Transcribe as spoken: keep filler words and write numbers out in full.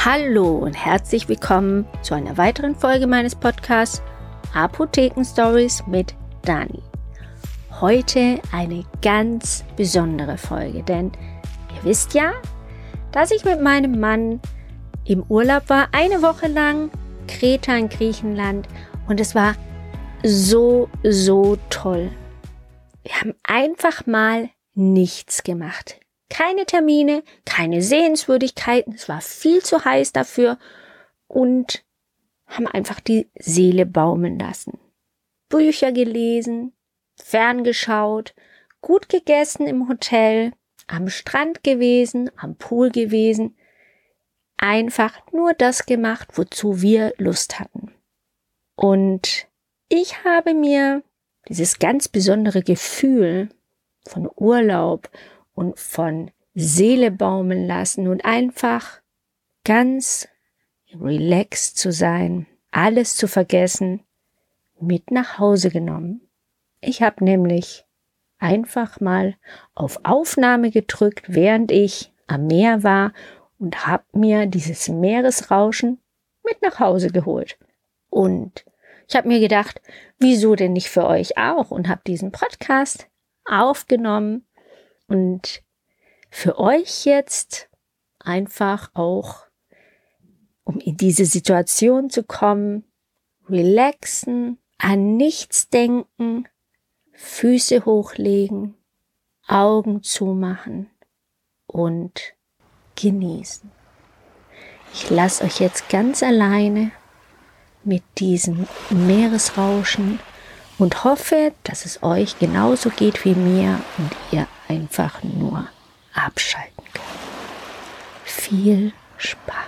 Hallo und herzlich willkommen zu einer weiteren Folge meines Podcasts Apotheken Stories mit Dani. Heute eine ganz besondere Folge, denn ihr wisst ja, dass ich mit meinem Mann im Urlaub war, eine Woche lang, Kreta in Griechenland, und es war so, so toll. Wir haben einfach mal nichts gemacht. Keine Termine, keine Sehenswürdigkeiten, es war viel zu heiß dafür und haben einfach die Seele baumeln lassen. Bücher gelesen, ferngeschaut, gut gegessen im Hotel, am Strand gewesen, am Pool gewesen. Einfach nur das gemacht, wozu wir Lust hatten. Und ich habe mir dieses ganz besondere Gefühl von Urlaub und von Seele baumeln lassen und einfach ganz relaxed zu sein, alles zu vergessen, mit nach Hause genommen. Ich habe nämlich einfach mal auf Aufnahme gedrückt, während ich am Meer war und habe mir dieses Meeresrauschen mit nach Hause geholt. Und ich habe mir gedacht, wieso denn nicht für euch auch, und habe diesen Podcast aufgenommen. Und für euch jetzt einfach auch, um in diese Situation zu kommen, relaxen, an nichts denken, Füße hochlegen, Augen zumachen und genießen. Ich lasse euch jetzt ganz alleine mit diesem Meeresrauschen und hoffe, dass es euch genauso geht wie mir und ihr einfach nur abschalten könnt. Viel Spaß!